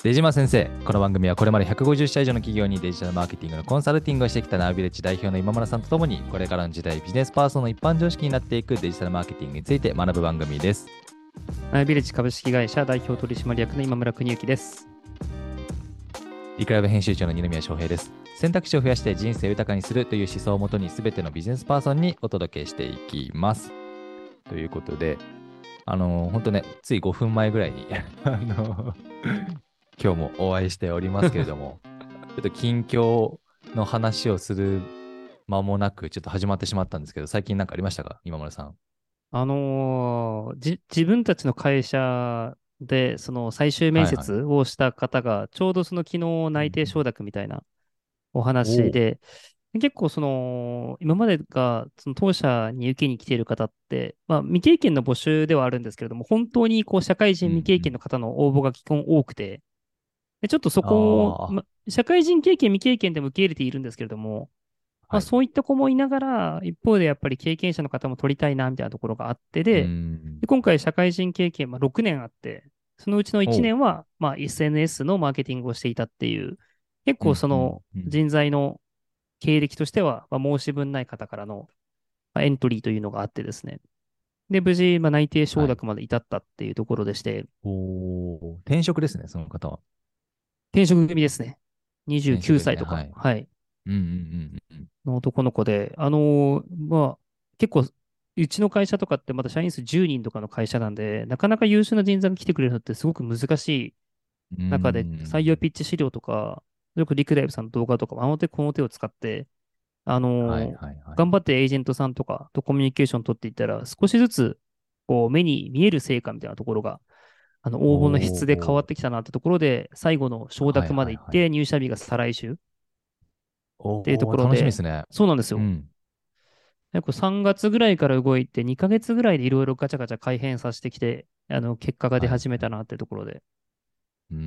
出島先生、この番組はこれまで150社以上の企業にデジタルマーケティングのコンサルティングをしてきたナウビレッジ代表の今村さんとともに、これからの時代ビジネスパーソンの一般常識になっていくデジタルマーケティングについて学ぶ番組です。 ナイビレッジ株式会社代表取締役の今村邦之です。 リクライブ編集長の二宮翔平です。選択肢を増やして人生を豊かにするという思想をもとに全てのビジネスパーソンにお届けしていきます。ということで、本当ね、つい5分前ぐらいに今日もお会いしておりますけれども、ちょっと近況の話をする間もなく、ちょっと始まってしまったんですけど、最近何かありましたか、今村さん。 自分たちの会社で、その最終面はいはい。 接をした方が、ちょうどその昨日内定承うん諾みたいなおうん、おお。 話で、結構今までがその当社に受けに来ている方って、まあ未経験の募集ではあるんですけれども、本当にこう社会人未経験うんうん。 の方の応募が基本多くて、でちょっとそこを、 あ社会人経験未経験でも受け入れているんですけれども、 あ、はい。 そういった子もいながら、一方でやっぱり経験者の方も取りたいな、みたいなところがあってうーで、 ん。 今回社会人経験、6年あって、そのうちの1 おう。 年は、SNS のマーケティングをしていたっていう、結構うんそのうんうん。 人材の経歴としては、申し分ない方からの、エントリーというのがあってですね。で、無事、内定承はい。 諾まで至ったっていうところでして、 おお、転職ですね、その方は。 転職組ですね。29 転職組ね、 歳とか、 はい。 はい、 うんうんうんうん。 の男の子で、結構、うちの会社とかってまだ社員数10人とかの会社なんで、なかなか優秀な人材が来てくれるのってすごく難しいうー中で、採用ん。 ピッチ資料とか、よくリクライブさんの動画とか、あの手この手を使って、 はいはいはい。 頑張ってエージェントさんとかとコミュニケーション取っていったら、少しずつ、こう、目に見える成果みたいなところが、応募のお質で変わっお、 てきたなってところで、最後の承はい諾まではいはい。 行って、入社日が再来週っていうとおお、楽しみでころで、 すね。 そうなんですよ。 うん。 約3月ぐらいから動いて、2ヶ月ぐらいでいろいろガチャガチャ改変させてきて、結果が出はいはい。 始めたなってところで、 うん。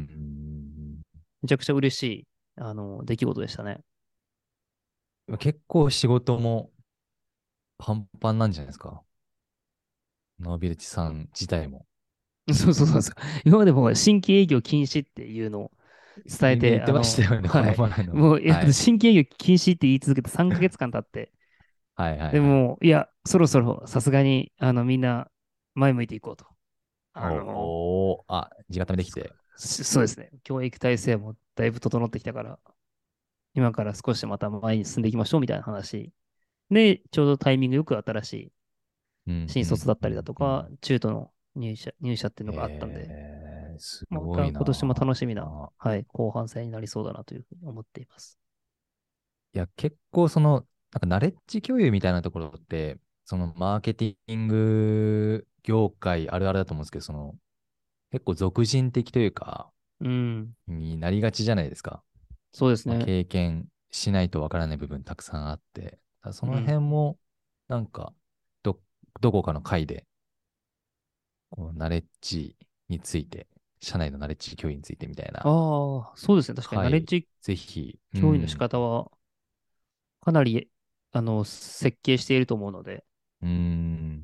めちゃくちゃ嬉しい、出来事でしたね。 結構仕事もパンパンなんじゃないですか。ノービルチさん自体も。 そうそうそうそう。今までも新規営業禁止っていうのを伝えね、言て、 ってましたよね、こはい。 の前の。 もう、 はい。 新規営業禁止って言い続けて3ヶ月間経って、 はいはいはい。 でも、いや、そろそろさすがに、みんな前向いていこうと。あの、 おお、あ、地固めできそて。 そうですね。教育体制もだいぶ整ってきたから、今から少しまた前に進んでいきましょうみたいな話で、ちょうどタイミングよく新しいうんう新卒だったりだんうんとか、 うん。 中途の入社っていうのがあったんで、 すまたごい今年も楽しみな、 な。 はい、後半戦になりそうだなというふうに思っています。 いや、結構なんかナレッジ共有みたいなところって、そのマーケティング業界あるあるだと思うんですけど、結構俗人的というか、 うん、 になりがちじゃないですか。まあ、 そうですね。 経験しないとわからない部分たくさんあって、そのうん。 辺も、なんか、ど、どこかの回で、こうナレッジについて、社内のナレッジ共有についてみたいな、 ああ、そうですね。確かにナレッはい、 ジぜひ、う共有の仕ん、 方はかなり、設計していると思うので、 うん、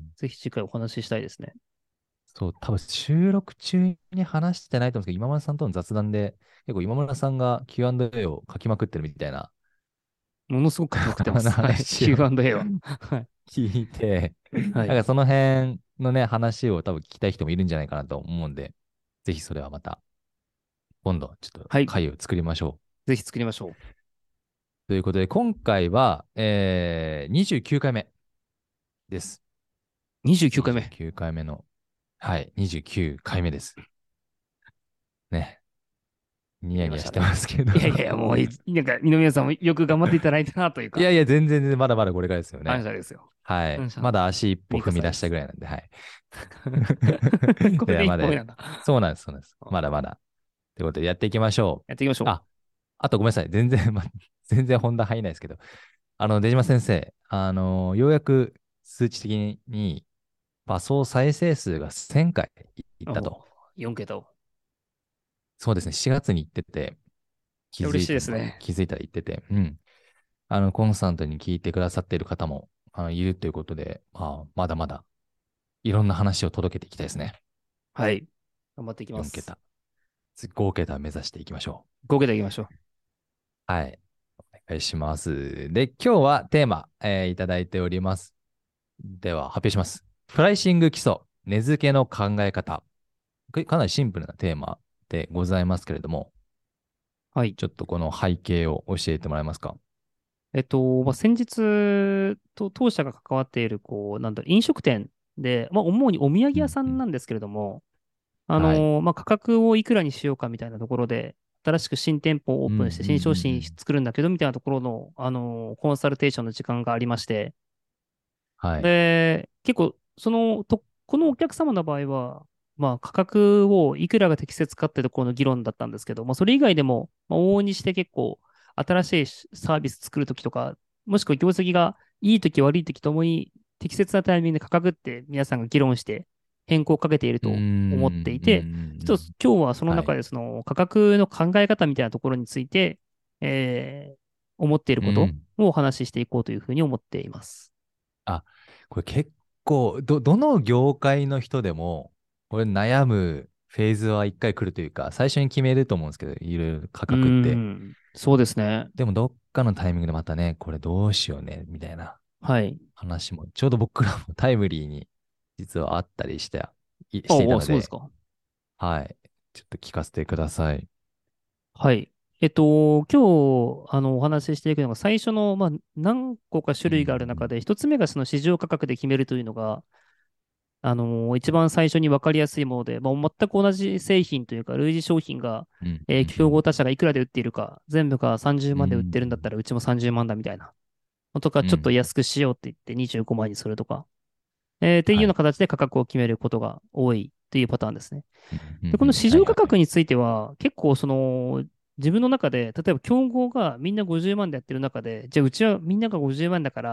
ぜひ次回お話ししたいですね。 そう、多分収録中に話してないと思うんですけど、今村さんとの雑談で、結構今村さんが Q&A を書きまくってるみたいなものすごく書きまくってます。はい。 話を Q&A は。はい。 聞いて、 はい。 なんかその辺のね、話を多分聞きたい人もいるんじゃないかなと思うんで、ぜひそれはまた、今度ちょっとはい。 会を作りましょぜひ作りましょう。ということで、今回は、29回目です。 う。29回 29 目。 回目の、はい、29回目です。ね、ニヤニヤしてまやりましたね。 すけどいやいやいや、もうなんか、二宮さんもよく頑張っていただいたなというか、 いやいや、全然まだまだこれからですよ感ね。 謝ですよ。 はい。 感謝のまだ足一歩積み踏み出した重ねです。 ぐらいなんで、はい。 こいや、 れで一まだ、 歩目なんだ。 そうなんです、そうなんです。まだまあだ。ということで、やっていきましょう。 やっていきましょあ、あとごめんなさい。全然、全然本題入んないですけど、出島先生、ようやく数値的に、場総再生数が1000回いっう。 たと。 4桁を。いそうですね、4月に行ってて、 や、嬉しいですね。 気づいたら行ってて、うん。コンスタントに聞いてくださっている方も、いるということで、まだまだいろんな話を届けていきたいですね。 はい。頑張っていきま 4 す。 桁。 合計点目指していきましょ合計でいきましょう。 う。はい。お願いします。で、今日はテーマ、いただいております。では、発表します。プライシング基礎、値付けの考え方。かなりシンプルなテーマでございますけれども、 はい。 ちょっとこの背景を教えてもらえますか？ 先日当社が関わっている、飲食店で、主にお土産屋さうんうん。 んなんですけれども、 はい。 価格をいくらにしようかみたいなところで、新しく新店舗をオうんうんうんうープンして新商品ん。 作るんだけど、みたいなところの、コンサルテーションの時間がありまして、 はい。 で、結構、このお客様の場合は、価格をいくらが適切かってところの議論だったんですけど、それ以外でも、往々にして結構、新しいサービス作るときとか、もしくは業績がいいとき悪いときともに、適切なタイミングで価格って皆さんが議論して変更をかけているうーん。うと思っていて、ちょっとんうん。 今日はそのはい。 中でその価格の考え方みたいなところについて、思っていることうん。 をお話ししていこうというふうに思っています。 あ、これ結構、どの業界の人でも、これ悩むフェーズは一回来るというか、最初に決めると思うんですけど、いろいろ価うー格って。 そうですね。 でもどっかのタイミングでまたね、これどうしようね、みたいなはい。 話も、ちょうど僕らもタイムリーに実はあったりしていたおお、 ので、 そうですか。 はい。ちょっと聞かせてください。 はい。今日、お話ししていくのが、最初の、何個か種うんう類がある中んで、一つ目がその市場価格で決めるというのが、一番最初に分かりやすいもので、全く同じ製品というか、類似商品が、 うん。 競合他社がいくらで売っているか、全部が30 うん。う万で売ってるんだったん。 ら、うちも30万だみたいな。とか、ちょっとうん。 安くしようって言って25万にするとか、っていうようなはい。 形で価格を決めることが多いというパターンですね。 うんうんで、このうん。 市場価はいはい。 格については、結構自分の中で、例えば競合がみんな50万でやってる中で、じゃあうちはみんなが50万だから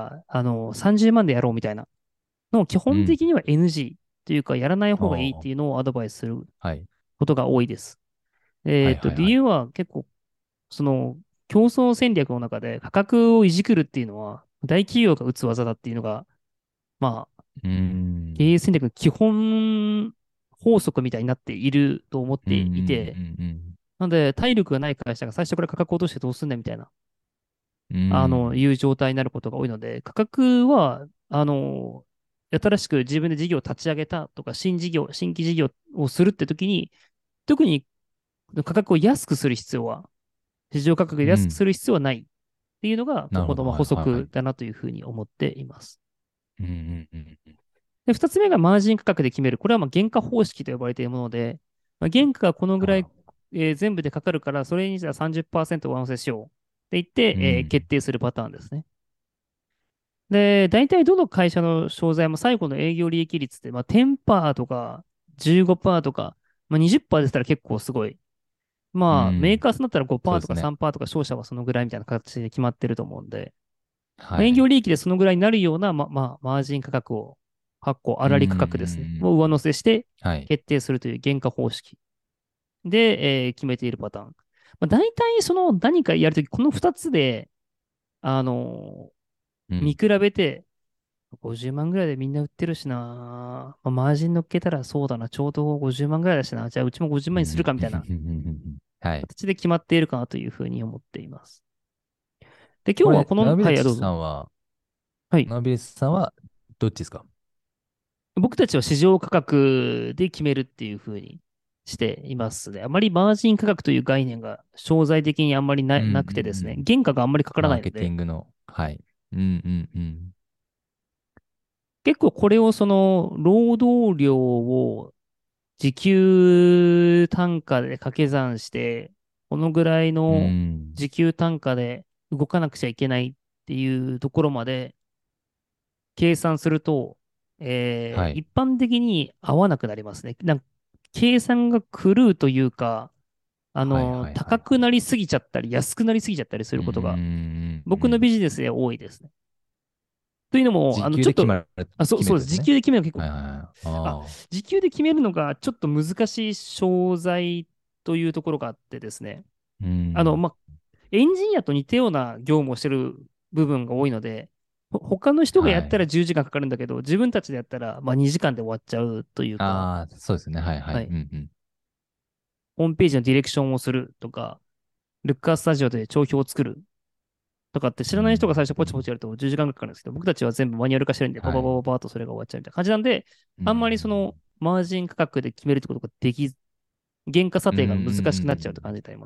、30万でやろうみたいなのを基うん。 本的には NG というか、やらないお方がいいってー。 いうのをアドバイスするはい。 ことが多いです。 はいはいはい。 理由は結構、その、競争戦略の中で価格をいじくるっていうのは、大企業が打つ技だっていうのが、まあ、 うーん。 経営戦略の基本法則みたいになっていると思っうんうていて、 んなので、体力がない会社が最初から価格を落としてどうすんねんみたいな、 うんうん。うん。 いう状態になることが多いので、価格は、新しく自分で事業を立ち上げたとか、新規事業をするって時に、特に価格を安くする必要は、市場価格で安くうん。 する必要はないっていうのが、 なるほど。はいここの補はいはい。 足だなというふうに思っています。 うんうんうんうん。 で、二つ目がマージン価格で決める。これは原価方式と呼ばれているもので、原価がこのぐらい、 ああ。 全部でかかるから、それにじゃあ30%上乗せしようって言って、 うん。 決定するパターンですね。で、大体どの会社の商材も最後の営業利益率って、10%とか15%とか、20%でしたら結構すごい。 うメーん。 カーさんだったら5%とかそうですね。 3%とか商社はそのぐらいみたいな形で決まってると思うんで、営業はい。 利益でそのぐらいになるような、マージン価格を、 うんうんう粗利価格ですね。を上ん。 乗せしてはい。 決定するという原価方式で、決めているパターン。大体その何かやるとき、この2つで、あの見うん。 比べて、50万ぐらいでみんな売ってるしな、マージン乗っけたらそうだな、ちょうど50万ぐらいだしな、じゃあうちも50万にするうん。 かみたいなはい。 形で決まっているかなというふうに思っています。で、今これ、 日はこの、はい、 ナビレスどうぞ。 さんは、 はい。 ナビレスさんはどっちですか？ 僕たちは市場価格で決めるっていうふうにしていますね。あまりマージン価格という概念が商材的にあんまりうんうんうなくてですね、 ん。 原価があんまりかからマーケティないので、 ングの。はい。うんうんうん。 結構これをその労働量を時給単価で掛け算して、このぐらいうのん。 時給単価で動かなくちゃいけないっていうところまで計算すると、 はい。 一般的に合わなくなりますね。計算が狂うというか、 はいはいはいはい。 高くなりすぎちゃったり、安くなりすぎちゃったりすうーることが、 ん。うん。 僕のビジネスで多いですね。というのも、 時給ちょっと、 でそうです。 決めるとですね。 時給で決めるの結構、 はいはいはい。 あ、 ああ。 時給で決めるのがちょっと難しい商材というところがあってですね。 うん。 エンジニアと似たような業務をしてる部分が多いので、他の人がやったらはい。 10時間かかるんだけど、自分たちでやったら2時間で終わっちゃうというか、 ああ、そうですね。はいはい。 はい。 うんうん。 ホームページのディレクションをするとか、ルッカースタジオで帳票を作るとかって知らない人が最初ポチポチやると10時間かかるんですけど、僕たちは全部マニュアル化してるんで、パパパはい。 パパーとそれが終わっちゃうみたいな感じなんで、 うあんまりそのん。 マージン価格で決めるってことができず、原価査う定が難しくなっちゃうってん。 感じになります。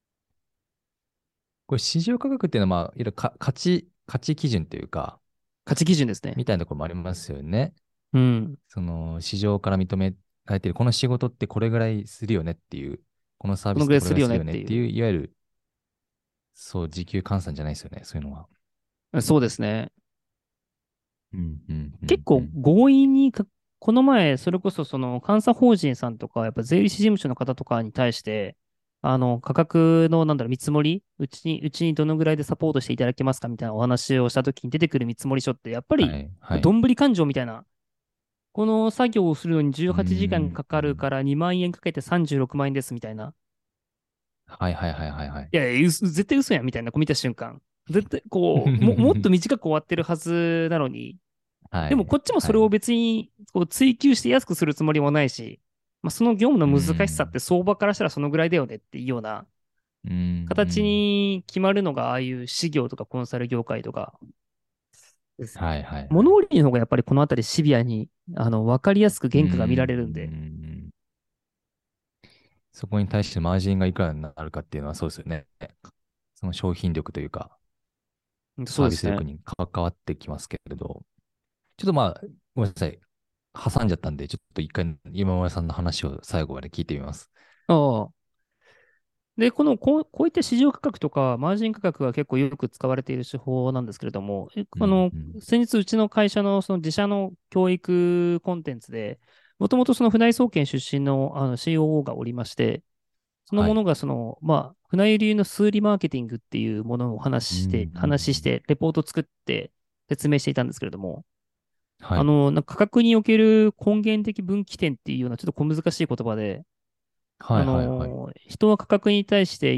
これ市場価格っていうのは、まあ、いわゆる価値基準というか、 価値基準ですね。 みたいなところもありますよね。 うん。 その市場から認められている、この仕事ってこれぐらいするよねっていう、このサーこビスっのぐらいするよてこれぐらいするねっていう。 よねっていう、いわゆる、そう、時給換算じゃないですよね、そういうのは。 そうですね。 うんうんう結構んうん。 強引にこの前、それこそその監査法人さんとか、やっぱ税理士事務所の方とかに対して、価格の、なんだろう、見積もり、うちにどのぐらいでサポートしていただけますかみたいなお話をしたときに出てくる見積もり書って、やっぱり、 はいはい。 どんぶり勘定みたいな、この作業をするのに18 う時間んかかるうん。 から2万円かけて36万円ですみたいな。 はいはいはいはいはい。 いやいや、絶対嘘やんみたいな、こう見た瞬間。絶対、こう、もっと短く終わってるはずなのに、でもはいこっちもそれをはい。 別にこう追求して安くするつもりもないし、まあ、その業務うの難しさってん。 相場からしたらそのぐらいだよねっていうようなうんう形ん。 に決まるのがああいう事業とかコンサル業界とかですね。 はいはいはい。 物売りの方がやっぱりこのあたりシビアに、わかりやすくう原価が見られるんで。 ん。そこに対してマージンがいくらになるかっていうのはそうですよね。その商品力というか、サービそうですね。 ス力に関わってきますけれど、ちょっとまあ、ごめんなさい。挟んじゃったんで、ちょっと一回今村さんの話を最後まで聞いてみます。 ああ。で、こういった市場価格とか、マージン価格が結構よく使われている手法なんですけれども、 うんうん。 先日うちの会社のその自社の教育コンテンツで、もともとその船井総研出身の、COO がおりまして、そのはい。 ものが船井流の数理マーケティングっていうものをうんうんうん。 話して、レポートを作って説明していたんですけれども、 はい。 なんか価格における根源的分岐点っていうようなちょっと小難しい言葉で、 はいはいはい。 人は価格に対して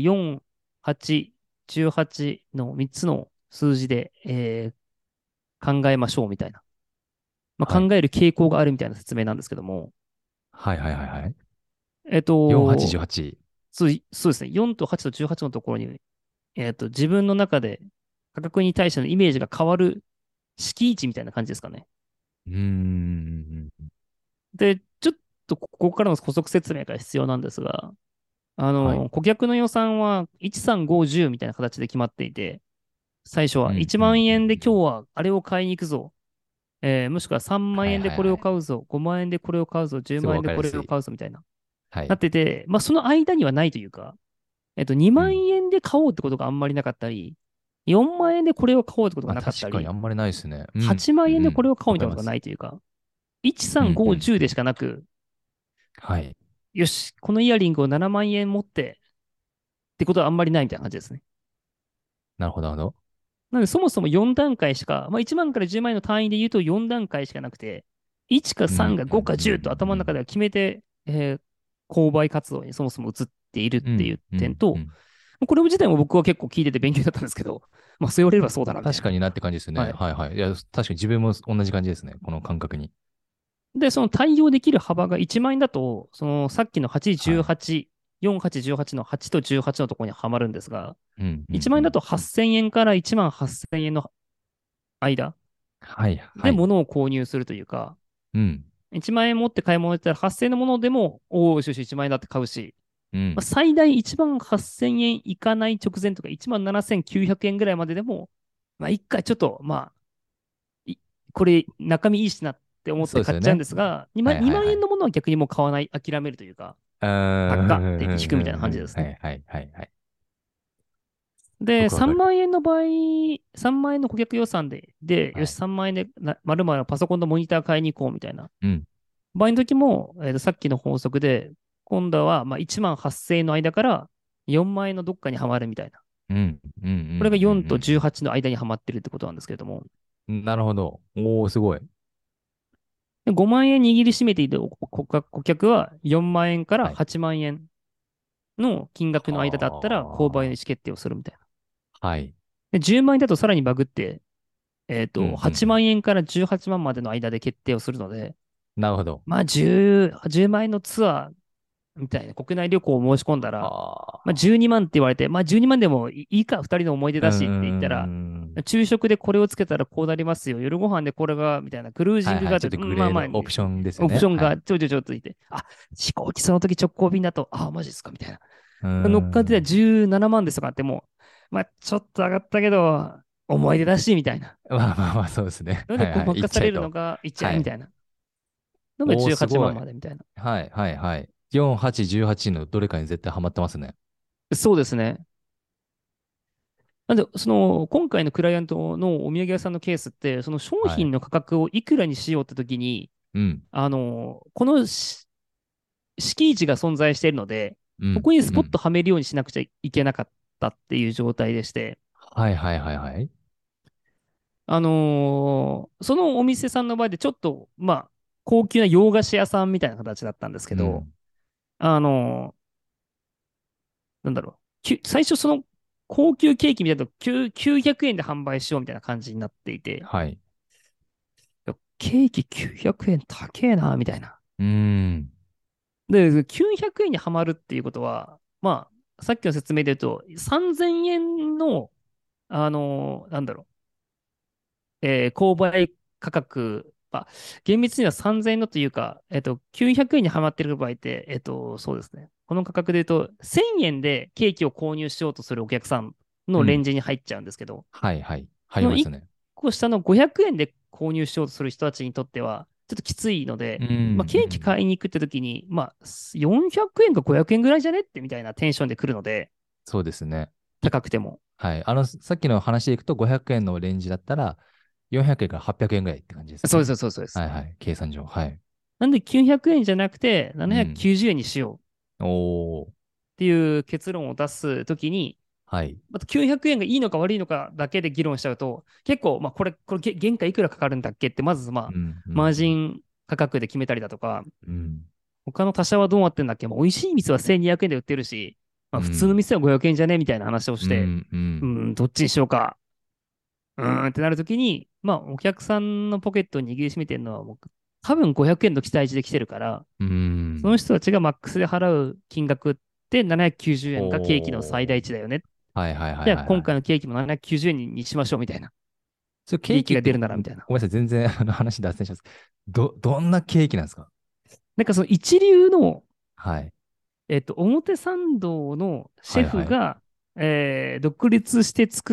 4、8、18の3つの数字で、考えましょうみたいな。まあ、 はい。 考える傾向があるみたいな説明なんですけども、 はいはいはいはい。 えっと、 4818。 そうですね。4と8と18のところに、自分の中で価格に対してのイメージが変わる式位置みたいな感じですかね。 うーん。 で、ちょっとここからの補足説明が必要なんですが、 はい。 顧客の予算は13510みたいな形で決まっていて、最初は1 うんうん万円でうんうん。 今日はあれを買いに行くぞ。もしくは3万はい円でこれはいはい。 を買うぞ。5万円でこれを買うぞ。10 すごい万円でわかりやすい。 これを買うぞみたいな。なっはい。 てて、まあその間にはないというか、2 うん。 万円で買おうってことがあんまりなかったり、4万円でこれを買おうってことがあ、 なかったり、 確かにあんまりないですね。うん。 8万円でこれうん。 を買おうみたいなことがなわかります。 いというか、 うんう 13510でしんうん。 かなく、 はい。 よし、このイヤリングを7万円持ってってことはあんまりないみたいな感じですね。 なるほど、なるほど。 なので、そもそも4段階しか、まあ、1万から10万円の単位で言うと4段階しかなくて、1かうん 3が5かうんう 10と頭の中んでは決めて、購買活動にそもそも移っているっうん。うんていううんう点と、 ん。 これ自体も僕は結構聞いてて勉強だったんですけど、まあ、そう言われればそうだなみたいな。 確かになって感じですね。 はい。 はいはい。いや、確かに自分も同じ感じですね。この感覚に。 で、その対応できる幅が1万円だと、そのさっきの8、 はい。 18、4、8、18の8と18のところにはまるんですが、 うんうん 1万うん。 円だと8000円から1万8000円の間はいはい。 で物を購入するというか、 うん。 1万円持って買い物行ったら8000円のものでも、おお、よしよし1万円だって買うし、まあ、 うん。 最大1万8000円いかない直前とか1万7900円ぐらいまででも、まあ、一回ちょっと、まあ、これ中身いいしなって思って買っちゃうんそうですよね。 ですが、2万はいはいはい。 円のものは逆にもう買わない、諦めるというか、 うー高っって言って引くみたいな感じん。 ですね。 はいはいはいはい。よで、3 くわかる。 万円の場合、3万円の顧客予算で、よし、 はい。 3万円で〇〇パソコンのモニター買いに行こうみたいな。 うん。 場合の時も、さっきの法則で、今度はまあ1万8000円の間から4万円のどっかにはまるみたいな。 うん。うんうんうんこれが4とうん 18の間にはまってるってことなんですけれども、 うん。なるほど。おー、すごい。 で5万円握りしめている顧客は4万円からはい。 8万円の金額の間だったら購買の意思は決定をするみたいな。 あ。はい。 で、10万円だとさらにバグって、 うんうんう 8 ん。 万円から18万まんまでの間で決定をするので、 なるほど。 まあ10万円のツアーみたいな、国内旅行を申し込んだら、まあ、 ああ。 12万って言われて、まあ、12万でもいいか、2人の思い出うんうんだしって言ったら、 うん。 昼食でこれをつけたらこうなりますよ。夜ご飯でこれが、みたいな、クルージはいはい。 ングがあって、 ちょっとグまあまあ、 レード、オプションですよね。 オプションはい。 がちょっとついて、あ、飛行機その時直行便だと、あ、マジですかみたいな。 うー乗っかってたらん。 17万ですとかってもう、まあ、ちょっと上がったけど、思い出だし、みたいな。 まあまあまあ、そうですね。 なんでごはいはい。行っまかされるのちゃえと。 がいっちゃえ、みはい。 たいな。のがおー、 18 すごい。 万まで、みたいな。 はいはいはい。4、8、18のどれかに絶対ハマってますね。 そうですね。なんで、今回のクライアントのお土産屋さんのケースって、その商はい。 品の価格をいくらにしようって時に、 うん。 この敷地が存在しているので、 うん。 ここにスうん。 ポットはめるようにしなくちゃいけなかったっていう状態でして、 はいはいはいはい。 そのお店さんの場合でちょっと、まあ、高級な洋菓子屋さんみたいな形だったんですけど、 うん。 あのなんだろう、最初その高級ケーキみたいなの900円で販売しようみたいな感じになっていて、 はい。 いやケーキ900円高えな、みたいな。 うーん。 で、900円にはまるっていうことは、まあ、さっきの説明で言うと、3000円の、なんだろ購買価格、まあ、厳密には3000円のというか、900円にはまっている場合って、そうですね。この価格で言うと、1000円でケーキを購入しようとするお客さんのレンうん。 ジに入っちゃうんですけど、 はいはい。入その1 りますね。 個下の500円で購入しようとする人たちにとっては、ちょっときついので、 うん。うまあ、ケーキん。 買いに行くって時に、まあ、400円か500円ぐらいじゃねってみたいなテンションで来るので、 そうですね。 高くても。 はい。さっきの話でいくと500円のレンジだったら、400円から800円ぐらいって感じですね。 そうです、そうです、そうです。 はいはい。計算上。はい。 なんで900円じゃなくてうん。 790円にしようおー。 っていう結論を出すときに、 はい。 また900円がいいのか悪いのかだけで議論しちゃうと、結構、まあ、これ原価いくらかかるんだっけって、まず、まあ、 うん。うマージん。 ン価格で決めたりだとか、 うん。 他の他社はどうなってんだっけ、まあ、美味しい店は1200円で売ってるし、まあ、普通のうん。 店は500円じゃねみたいな話をして、 うん。うん。 どっちにしようか、ってなるときに、まあ、お客さんのポケットを握りしめてるのは、僕、多分500円の期待値で来てるから、 うそのん。 人たちがマックスで払う金額って790円がケーキの最大おー。 値だよね。 はいはいはいじゃあはいはい。 今回のケーキも790円にしましょうみたいな。 それケーキって、 利益が出るごならみたいな。 めんなさい。全然話脱線します。どんなケーキなんですか？ なんかその一流の、 はい。 表参道のシェはいはい。 フが、独立して作った、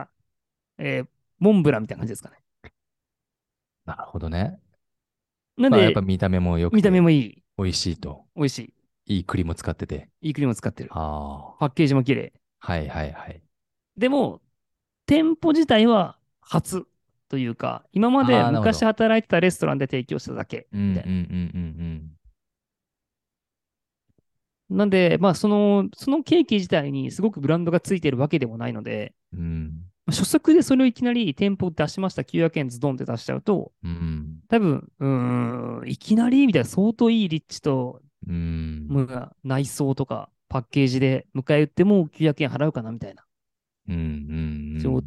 モンブランみたいな感じですかね。 なるほどね。まあやっぱなんで、 見た目も良く見た目て、 もいい。 美味しいと。 美味しいい栗も使ってて。 い。いいクリーム使ってる。 ああ。 パッケージも綺麗。 はいはいはい。 でも、店舗自体は初というか、今までああ、なるほど。 昔働いてたレストランで提供しただけうんうんうんみたいな。 うんなんで、まあ、そのケーキ自体にすごくブランドがついてるわけでもないので、 うん。うん。 まあ初速でそれをいきなり店舗出しました900円ズドンって出しちゃうと、 うん。 多分、いきなりみたいな相当いい立地と、 うん。 まあ内装とかパッケージで迎え撃っても900円払うかなみたいなうん。うん。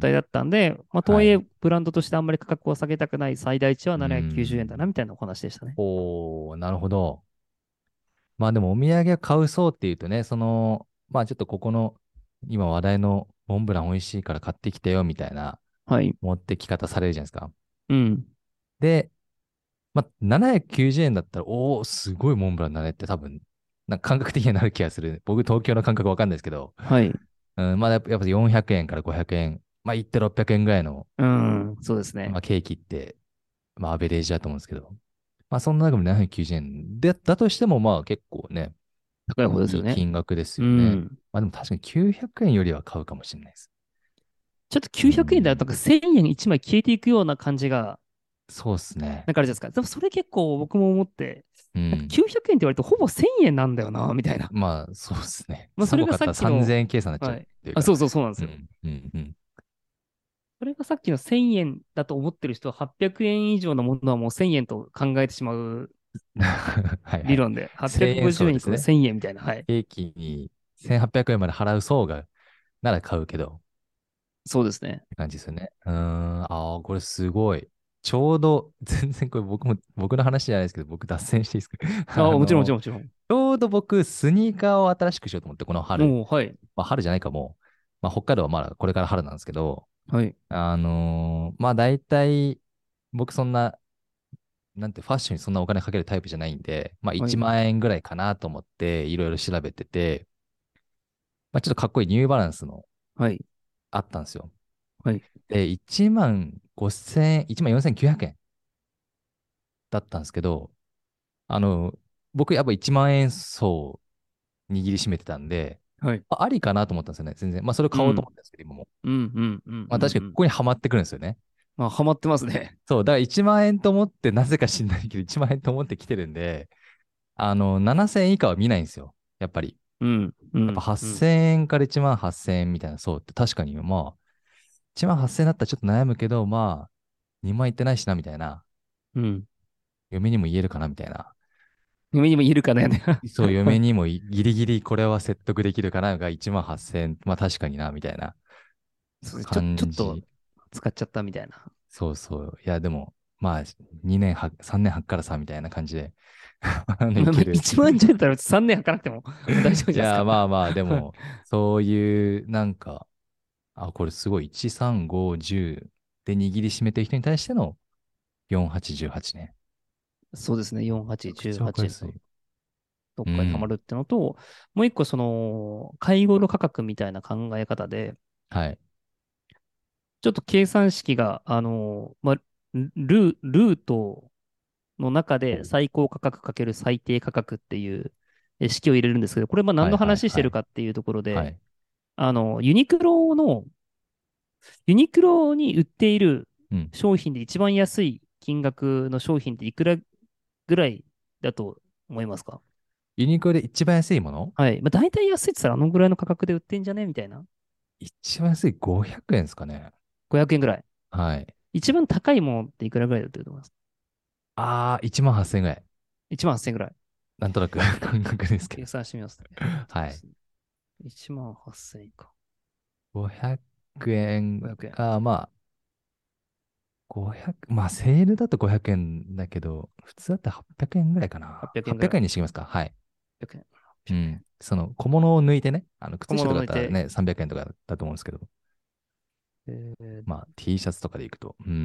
状態だったんで、まあ、とはいえ、 はい。 ブランドとしてあんまり価格を下げたくない最大値はう 790円だなん。 みたいなお話でしたね。 おー、なるほど。まあでもお土産を買うそうっていうとね、まあちょっとここの今話題のモンブラン美味しいから買ってきてよみたいなはい。 持ってき方されるじゃないですか。 うん。 で、まあ790円だったら、おー、すごいモンブランだねって多分、なんか感覚的にはなる気がする。僕東京の感覚わかんないですけど、 はい。 まあやっぱ400円から500円、まあ行って600円ぐらいの、 うん。そうですね。 まあケーキって、まあアベレージだと思うんですけど、まあそんな中でも790円で、だとしてもまあ結構ね、 高い方ですいいよね。 金額ですうよね。 ん。 まあでも確かに900円よりは買うかもしれないです。 ちょっとう 900円だとん。 なんか1000円1枚消えていくような感じが、 そうっすね。 なんかあれじゃないですか。でもそれ結構僕も思って、なんかうん。 900円って言われるとほぼ1000円なんだよな、みたいな。 まあ、そうっすね。 まあそれがさ 3個買ったらっきの、 3000円計算になっちゃうっはい。あ、 ていうか。 そうなんですよ。 うん、うん、うん。 それがさっきの1000円だと思ってる人は800円以上のものはもう1000円と考えてしまうはいはい。 理論で、 1000円 850円イコールそうですね。 1000円みたいな。はい。 ケーキに1800円まで払う層が、なら買うけど、 そうですね。 って感じですよね。ああ、これすごい。 ちょうど、全然これ僕の話じゃないですけど、僕脱線していいですか？ ああ、もちろんもちろんもちろん。 ちょうど僕、スニーカーを新しくしようと思って、この春。 おー、はい。 まあ、春じゃないかもう。まあ、北海道はまだこれから春なんですけど、 はい。 まあ、大体、僕そんな、なんてファッションにそんなお金かけるタイプじゃないんで、まあ、1 はい。 万円ぐらいかなと思って、いろいろ調べてて、まあ、ちょっとかっこいいニューバランスのはい。 あったんですよ。 はい。 で、1万5000円、1万4900円だったんですけど、あの、僕やっぱ1万円層握りしめてたんで、 はい。 ありかなと思ったんですよね、全然。まあ、それを買おうと思っうん。 たんですけど、今も。 うん。うん。うん。 まあ、確かにこうん。 こにはまってくるんですよね。 まあ、ハマってますね。 そう、だから1万円と思って、なぜか知んないけど、1万円と思って来てるんで、7000円以下は見ないんですよ。やっぱり。 うん。うやっぱん。うん。 8000円から1万8000円みたいな、そうって確かに、まあ、1万8000円だったらちょっと悩むけど、まあ、2万いってないしな、みたいな。 うん。 嫁にも言えるかな、みたいな。 夢にもいるかね。 そう、嫁にもギリギリこれは説得できるかなが1万8000円。まあ確かにな、みたいなそうちょっと感じ。 使っちゃったみたいな。 そうそう。いや、でも、まあ、2年は、3年はっからさ、みたいな感じでいまあ、 ける。 1万円だったら3年かなくても大丈夫じゃないですいや、まあまあ、でか。 も、そういう、なんか、あ、これすごい、1、3、5、10で握りしめてる人に対しての4、8、18ね。 そうですね。4、8、 めちゃくちゃわかりや 18のすい。 どっうん。 かにはまるってのと、もう一個介護の価格みたいな考え方で、 はい。 ちょっと計算式が、まあ、ルートの中で最高価格かける最低価格っていう式を入れるんですけど、これまあ何のはいはい話してるはい。 かっていうところで、 はい。 あの、ユニクロの、ユニクロに売っているうん。 商品で一番安い金額の商品っていくらぐらいだと思いますか？ ユニクロで一番安いもの？ はい。まあ、大体安いって言ったらあのぐらいの価格で売ってんじゃねみたいな。 一番安い500円ですかね。 500円ぐらい。 はい。 一番高いものっていくらぐらいで売ってると思います？ ああ、1万8000円ぐらい。 1 万8000円ぐらい。 なんとなく感覚ですけど。 計算してみますね。 はい。 1万8000円か。 500円 500円。 が、まあ、500、まあ、セールだと500円だけど、普通だったら800円ぐらいかな。 800円ぐら 800 い。 円にしてきますか。はい。 800円。800円。 うん。その小物を抜いてね、 小靴下とかだ物を抜いて、 ったらね、300円とかだと思うんですけど、 えー、 まあ、T シャツとかでいくと、うん。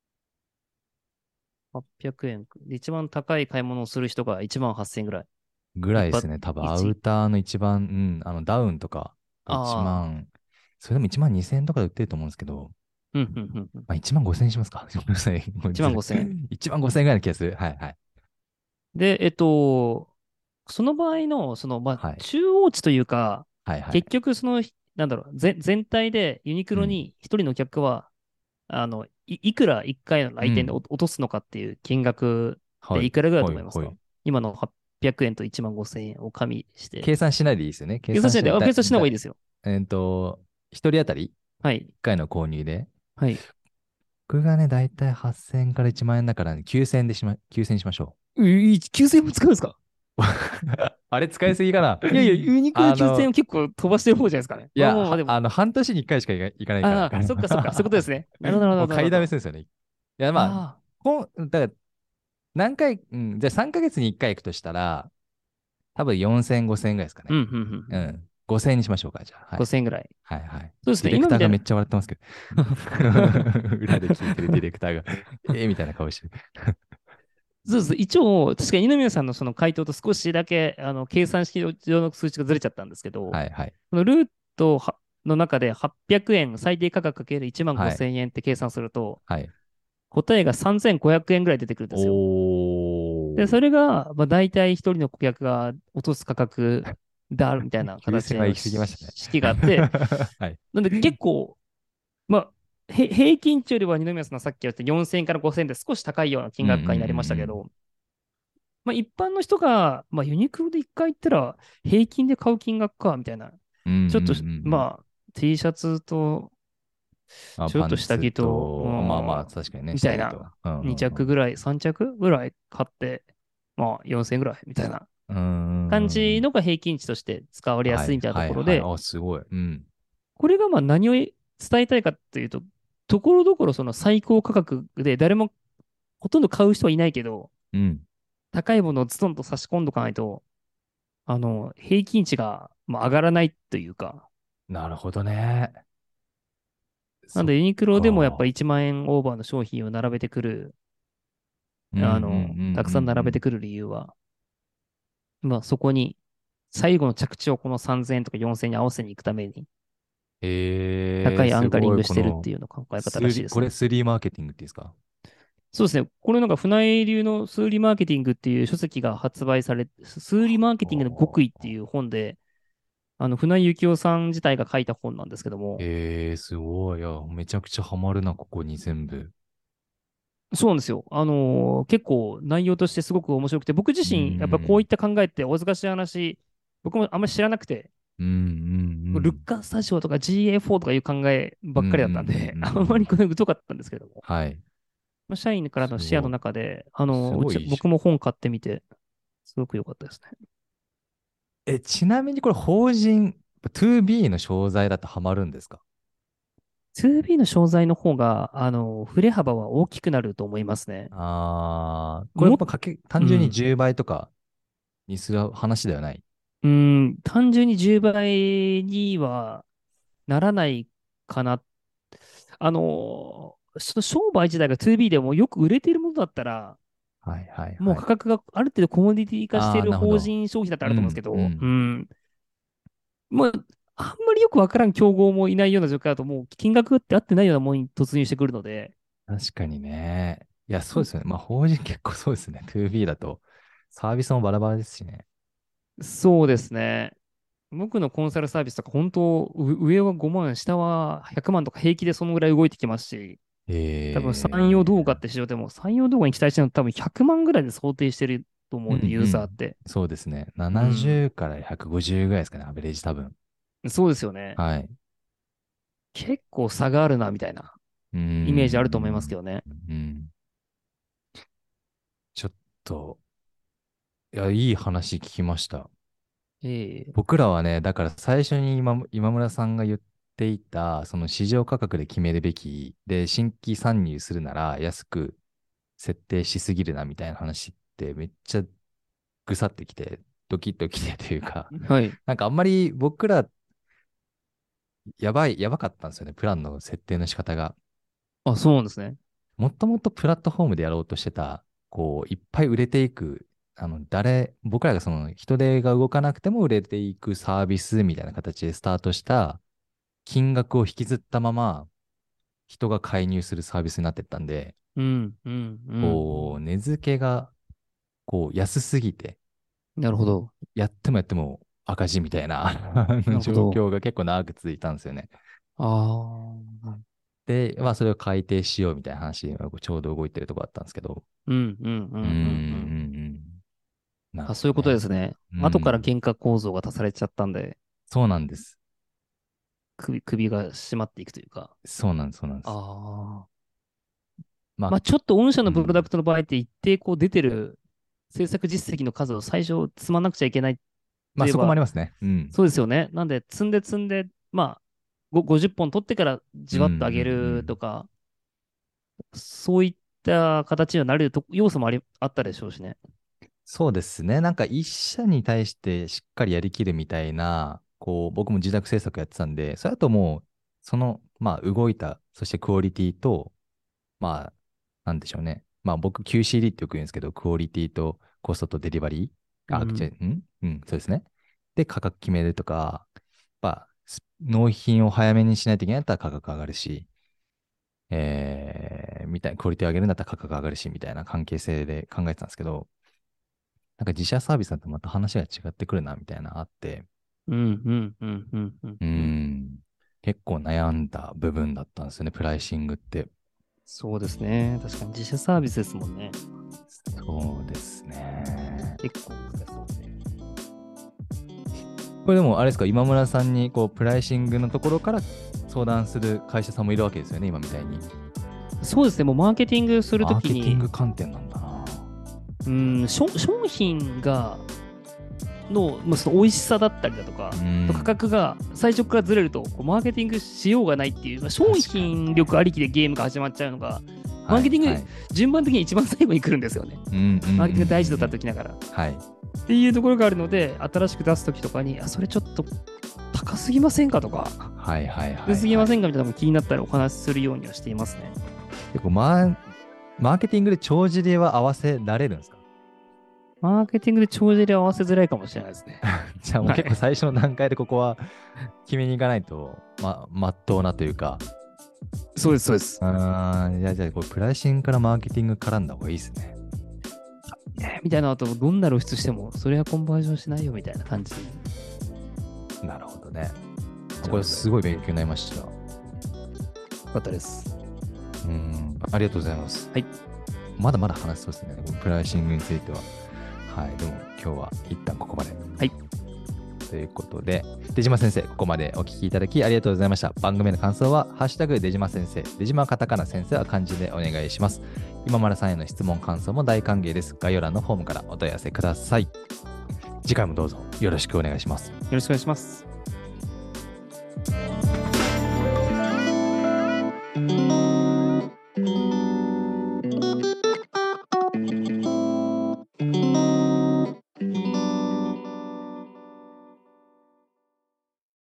800円。で一番高い買い物をする人が1万8000円ぐらい。 ぐら一発、 いですね。多分、アウ一、 ターの一番、うん、ダウンとかが1 ああ、 万、それでも1万2000円とかで売ってると思うんですけど、 うん、うん、うん、うん。 まあ、1万5000円にしますか？ごめんなさい。もう 1万5000円。 1万5000円ぐらいの気がする。はいはい。 で、その場合の、まあ、 はい。 中央値というか、 はいはい。 結局なんだろう、全体でユニクうん。 ロに一人のお客は、いくら一回の来店でうん。 落とすのかっていう金額ではい。 いくらぐらいだと思いますか？ はいはい。 今の800円と1万5000円を加味して。 計算しないでいいですよね。計計算しないで、 算しないで、 計算しない方がいいですよ。 一人当たりはい。 1回の購入で、 はい。 僕がね、だいたい8000円から1万円だからね、9000円9000円にしましょ 9000円も使うんですか？ う。あれ使いすぎかな？ いやいや、ユニクロで9000円あの、 を結構飛ばしてる方じゃないですかね。 いや、 まあでも。 半年に1回しか行かないから。 ああ、そっかそっか、そういうことですね。なるほど、なるほど、なるもう買いほど。 だめするんですよね。いや、まあ、 あだから何回、じゃあ3ヶ月に1回行くとしたら、多分4000、5000円ぐらいですかあ、うん、 ね。 うん、うん。うん。 うん。5000円にしましょうか、じゃあ。はい。 5000円ぐらい。 はいはい。 そうですね、 ディレク今みたいな。 ターがめっちゃ笑ってますけど。裏で聞いてるディレクターが、みたいな顔してる。 そうです。一応、確かに二宮さんのその回答と少しだけ、計算式上の数値がずれちゃったんですけど、 はいはい。 このルートの中で800円、最低価格かける1万はい。 5000円って計算すると、 はい。 答えが3500円ぐらい出てくるんですよ。で、そおー。 れが、まあ、大体一人の顧客が落とす価格だ、みたいな形 9000はでの行き過ぎましたね。 式があって、 はい。 なんで結構、まあ、平均値よりは二宮さんのさっき言った4000円から5000円で少し高いような金うんうんうんう額感になりましたけん。 ど、まあ、一般の人が、まあ、ユニクロで一回行ったら平均で買う金額か、みたいな。 うんうんうんうちょっと、 ん。 まあ、T シャツと、 まあ、 ちょっと下パンツ着と、 と、まあまあ、確かにね、 みたいな。 下着と。うんう 2 んうん。 着ぐらい、3着ぐらい買って、まあ、4000円ぐらい、みたいなうんうん感うんうん。 じのが平均値として使われやはいすいみたいなとはいはい。 ころで、 あ、すごい。うん。 これがまあ何を伝えたいかというと、 ところどころその最高価格で誰もほとんど買う人はいないけど、 うん。 高いものをズドンと差し込んどかないと、平均値がまあ上がらないというか、 なるほどね。そっなんでユニクロでもやっぱか。 1万円オーバーの商品を並べてくる、 うんうんうんうんたくさん並うん。 べてくる理由は、まあそこに最後の着地をこの3000円とか4000円に合わせに行くために、高いアすごい、 ンカリングしてるっこの、 ていうの考え方らしいですね。 これ 3D マーケティングっていうんですか？ そうですね。これなんか船井流の数理マーケティングっていう書籍が発売され、数理マーケティングの極意っていう本で、船井幸雄さん自体が書いた本なんですけども、 すごい。いや、めちゃくちゃハマるな、ここに全部。 そうなんですよ。結構内容としてすごく面白くて、僕自う身、やっぱこういん。 った考えってお恥ずかしい話、僕もあんまり知らなくて、 うんうんルッカースタジオとか GA4 とかいう考えうん。 ばっかりだったんうんうんうんで、あんまりうんうん。 これ疎かったんですけども、 はい。 まあ、社員からの視野のすごい。 中で、 すごいいいし。 僕も本買ってみて、すごく良かったですね。 ちなみにこれ法人、2B の商材だとハマるんですか？ 2B の商材の方が、振れ幅は大きくなると思いますね。 これ、 も、 単純にうん、 10倍とかにする話ではない。 うん、単純に10倍にはならないかな。その商売自体が 2B でもよく売れているものだったら、 はいはいはい。 もう価格がある程度コモディティ化している法なるほど。 人消費だったらあると思うんですけうん、うど、うん。 ん、まあ、あんまりよくわからん競合もいないような状況だと、もう金額って合ってないようなものに突入してくるので、 確かにね。いや、そうそですよね。まあ、法人結構そうですね。2B だと、サービスもバラバラですしね。 そうですね。僕のコンサルサービスとか、本当、上は5万、下は100万とか平気でそのぐらい動いてきますし、多分産業動画っえて市場でも、産業動画に期待してるの多分100万ぐらいで想定してると思うんうんで、ユーうん。 ザーって。 そうですね。 うん。 70から150ぐらいですかね、アベレージ多分。 そうですよね。 はい。 結構差があるな、みたいなうーイメージあると思いますけん。 どね。 うん。ちょっと、いや、いい話聞きました。 ええ。 僕らはね、だから最初に今村さんが言っていた、その市場価格で決めるべき、で、新規参入するなら安く設定しすぎるなみたいな話ってめっちゃぐさってきて、ドキッときてというか、 はい。 なんかあんまり僕らやばかったんですよね、プランの設定の仕方が。 あ、そうなんですね。 もともとプラットフォームでやろうとしてた、こう、いっぱい売れていく、僕らがその人手が動かなくても売れていくサービスみたいな形でスタートした金額を引きずったまま人が介入するサービスになってったんで、 うん、うん、うん、うこう、 ん。 値付けが、こう、安すぎて、 なるほど。 やってもやっても赤字みたいななるほど。 状況が結構長く続いたんですよね。 ああ。 で、まあ、それを改定しようみたいな話で、ちょうど動いてるところだったんですけど、 うん、うん、ううーん、うん、 ん、うん、うん。 うん。なるあ、そういうことほどね。 ですね。 う後からん。 原価構造が足されちゃったんで、 そうなんです。 首が締まっていくというか。 そうなんです、そうなんです。 ああ。 まあ、 まあ、ちょっと御社のプロダうん。 クトの場合って一定こう出てる制作実績の数を最初積まなくちゃいけないとまあ、そこもあいえば、 りますね。うん。 そうですよね。なんで、積んで、まあ、50本取ってからうん、うん、うじわっと上げるとん。 か、そういった形にはなれると要素もあったでしょうしね。 そうですね。なんか一社に対してしっかりやりきるみたいな、こう、僕も自宅制作やってたんで、それだともう、まあ、動いた、そしてクオリティと、まあ、なんでしょうね。まあ、僕 QCD ってよく言うんですけど、クオリティとコストとデリバリー、あ、 うん。 うん、そうですね。で、価格決めるとか、まあ、納品を早めにしないといけないんだったら価格上がるし、みたいな、クオリティを上げるんだったら価格上がるし、みたいな関係性で考えてたんですけど、なんか自社サービスだとまた話が違ってくるな、みたいなのあって、 うん、うん、うん、うん、うん。 うーうん。 ん、結構悩んだ部分だったんですよね、プライシングって。 そうですね。確かに自社サービスですもんね。 そうですね。 結構難しそうですね。 これでも、あれですか、今村さんに、こう、プライシングのところから相談する会社さんもいるわけですよね、今みたいに。 そうですね。もうマーケティングするとマーケティンきに、 グ観点なんだな。 商品がの、まあ、その美味しさだったりだとか、価格が最初からずれると、マーケティングしようがないっていう、まあ、商品力ありきでゲームが始まっちゃうのが、マーケティング、順番的に一番最後に来るんですよね。マーケティング大事だったときながら。っていうところがあるので、新しく出すときとかに、それちょっと高すぎませんかとか、低すぎませんかみたいなのも気になったらお話しするようにはしていますね。 結構マーケティングで帳尻は合わせられるんですか？ マーケティングで帳尻合わせづらいかもしれないですね。 じゃあもう結構最初の段階でここは決めに行かないと、まっとうなというか。 そうです、そうです。 じゃあこれプライシングからマーケティング絡んだ方がいいですね。 みたいなのと、どんな露出しても、それはコンバージョンしないよみたいな感じ。 なるほどね。これすごい勉強になりました。よかったです。 ありがとうございます。まだまだ話そうですね。プライシングについては。でも今日は一旦ここまで。ということで、出島先生、ここまでお聞きいただきありがとうございました。番組の感想は、ハッシュタグ出島先生、出島カタカナ先生は漢字でお願いします。今村さんへの質問、感想も大歓迎です。概要欄のフォームからお問い合わせください。次回もどうぞよろしくお願いします。 よろしくお願いします。